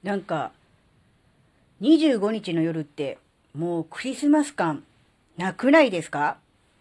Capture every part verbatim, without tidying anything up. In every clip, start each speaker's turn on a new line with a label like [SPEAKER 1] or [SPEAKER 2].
[SPEAKER 1] なんか、にじゅうごにちの夜ってもうクリスマス感なくないですか？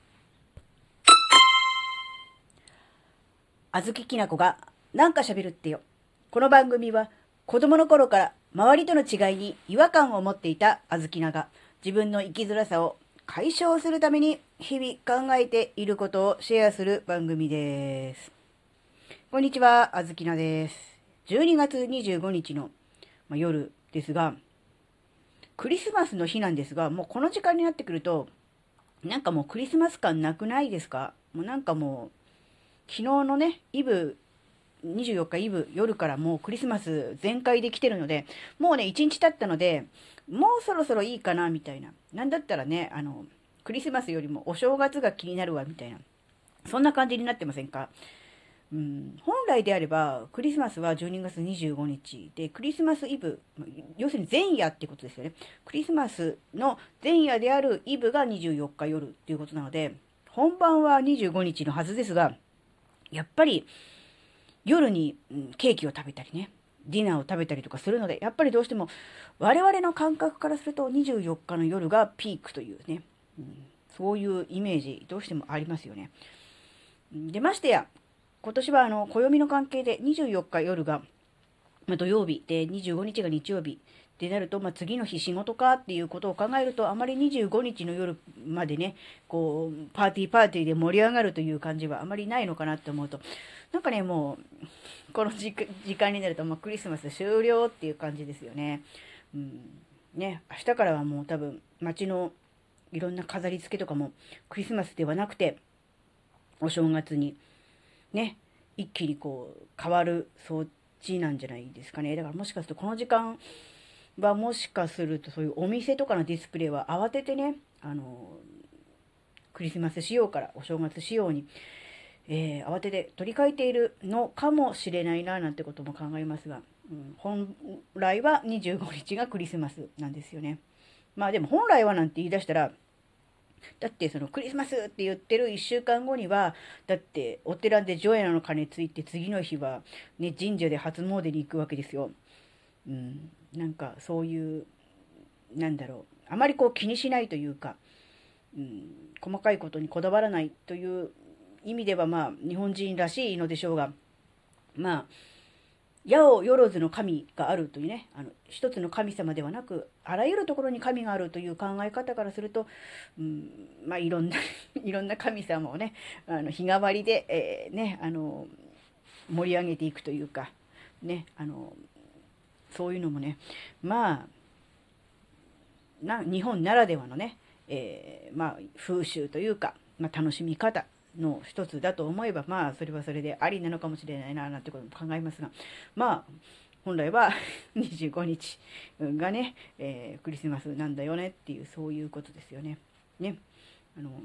[SPEAKER 1] あずききなこがなんか喋るってよ。この番組は子供の頃から周りとの違いに違和感を持っていたあずきなが自分の生きづらさを解消するために日々考えていることをシェアする番組です。こんにちは、あずきなです。じゅうにがつにじゅうごにちの、まあ、夜ですが、クリスマスの日なんですが、もうこの時間になってくると、なんかもうクリスマス感なくないですか？もうなんかもう、昨日のね、イブ、にじゅうよっかイブ、夜からもうクリスマス全開で来てるので、もうね、いちにち経ったので、もうそろそろいいかな、みたいな。なんだったらね、あの、クリスマスよりもお正月が気になるわ、みたいな。そんな感じになってませんか？うん、本来であれば、クリスマスはじゅうにがつにじゅうごにちで、クリスマスイブ、要するに前夜ってことですよね。クリスマスの前夜であるイブがにじゅうよっか夜っていうことなので、本番はにじゅうごにちのはずですが、やっぱり夜に、うん、ケーキを食べたりね、ディナーを食べたりとかするので、やっぱりどうしても我々の感覚からするとにじゅうよっかの夜がピークというね、うん、そういうイメージどうしてもありますよね。でましてや、今年はあの暦の関係でにじゅうよっか夜が、まあ、土曜日でにじゅうごにちが日曜日ってなると、まあ、次の日仕事かっていうことを考えると、あまりにじゅうごにちの夜までね、こう、パーティーパーティーで盛り上がるという感じはあまりないのかなって思うと、なんかね、もう、この時間になると、まあ、クリスマス終了っていう感じですよね。うん。ね、明日からはもう多分、街のいろんな飾り付けとかもクリスマスではなくて、お正月にね、一気にこう変わる装置なんじゃないですかね。だからもしかするとこの時間はもしかするとそういうお店とかのディスプレイは慌ててね、あの、クリスマス仕様からお正月仕様に、えー、慌てて取り替えているのかもしれないななんてことも考えますが、うん、本来はにじゅうごにちがクリスマスなんですよね。まあでも本来はなんて言い出したら、だってそのクリスマスって言ってるいっしゅうかんごには、だってお寺で除夜の鐘ついて次の日はね、神社で初詣に行くわけですよ。うん、なんかそういう、なんだろう、あまりこう気にしないというか、うん、細かいことにこだわらないという意味ではまあ日本人らしいのでしょうが、まあ八百万の神があるというね、あの一つの神様ではなく、あらゆるところに神があるという考え方からすると、うん、まあいろんないろんな神様をね、あの日替わりで、えー、ね、あの盛り上げていくというか、ね、あのそういうのもね、まあな日本ならではのね、えー、まあ風習というか、まあ、楽しみ方の一つだと思えば、まあそれはそれでありなのかもしれないななんてことも考えますが、まあ本来はにじゅうごにちがね、えー、クリスマスなんだよねっていう、そういうことですよね。ね、あの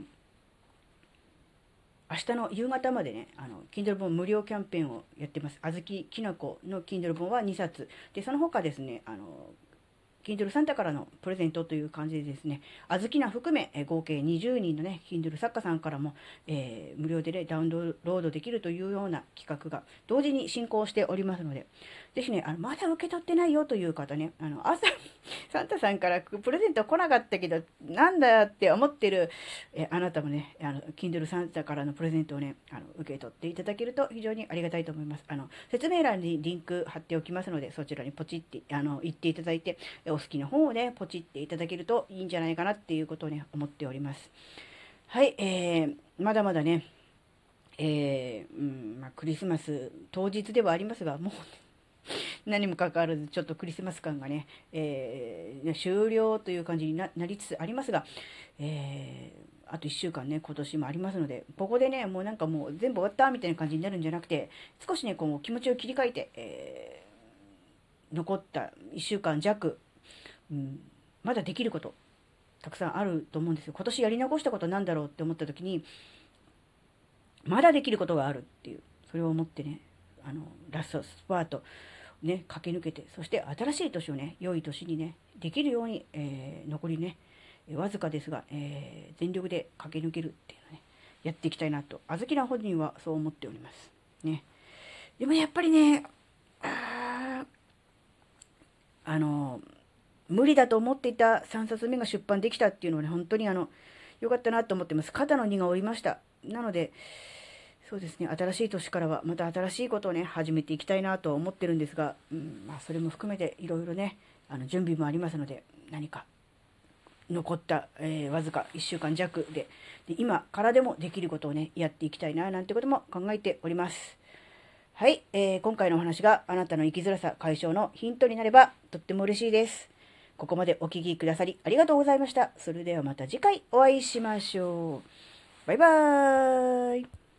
[SPEAKER 1] 明日の夕方までね、あの Kindle 本無料キャンペーンをやってます。あずききなこの Kindle 本はにさつで、その他ですね、あの Kindle サンタからのプレゼントという感じでですね、あずきな含め、え合計にじゅうにんのね、Kindle 作家さんからも、えー無料でね、ダウンロードできるというような企画が同時に進行しておりますので、ぜひね、あのまだ受け取ってないよという方ね、あの朝、サンタさんからプレゼント来なかったけど、なんだって思ってる、えあなたもね、あの Kindle サンタからのプレゼントをね、あの受け取っていただけると非常にありがたいと思います。あの説明欄にリンク貼っておきますので、そちらにポチってあの行っていただいて、お好きな本をね、ポチっていただけるといいんじゃないかなっていうことをね、思っております。はい、えー、まだまだね、えー、うん、まあ、クリスマス当日ではありますが、もう何もかかわらずちょっとクリスマス感がね、えー、終了という感じになりつつありますが、えー、あといっしゅうかんね、今年もありますので、ここでね、もうなんかもう全部終わったみたいな感じになるんじゃなくて、少しね、こう気持ちを切り替えて、えー、残ったいっしゅうかん弱、うん、まだできること、たくさんあると思うんですよ。今年やり残したことなんだろうって思った時に、まだできることがあるっていう、それを思ってね、あの、ラストスパート、ね、駆け抜けて、そして新しい年をね、良い年にね、できるように、えー残りね、わずかですが、えー全力で駆け抜けるっていうのね、やっていきたいなと、あずきな本人はそう思っております。ね。でもね、やっぱりね、ああの、無理だと思っていたさんさつめが出版できたっていうのはね、本当にあの、良かったなと思ってます。肩の荷が下りました。なので、そうですね、新しい年からはまた新しいことをね、始めていきたいなと思ってるんですが、うん、まあ、それも含めていろいろね、あの準備もありますので、何か残った、えーわずかいっしゅうかん弱で、で今からでもできることをね、やっていきたいななんてことも考えております。はい、えー今回のお話があなたの生きづらさ解消のヒントになればとっても嬉しいです。ここまでお聞きくださりありがとうございました。それではまた次回お会いしましょう。バイバーイ。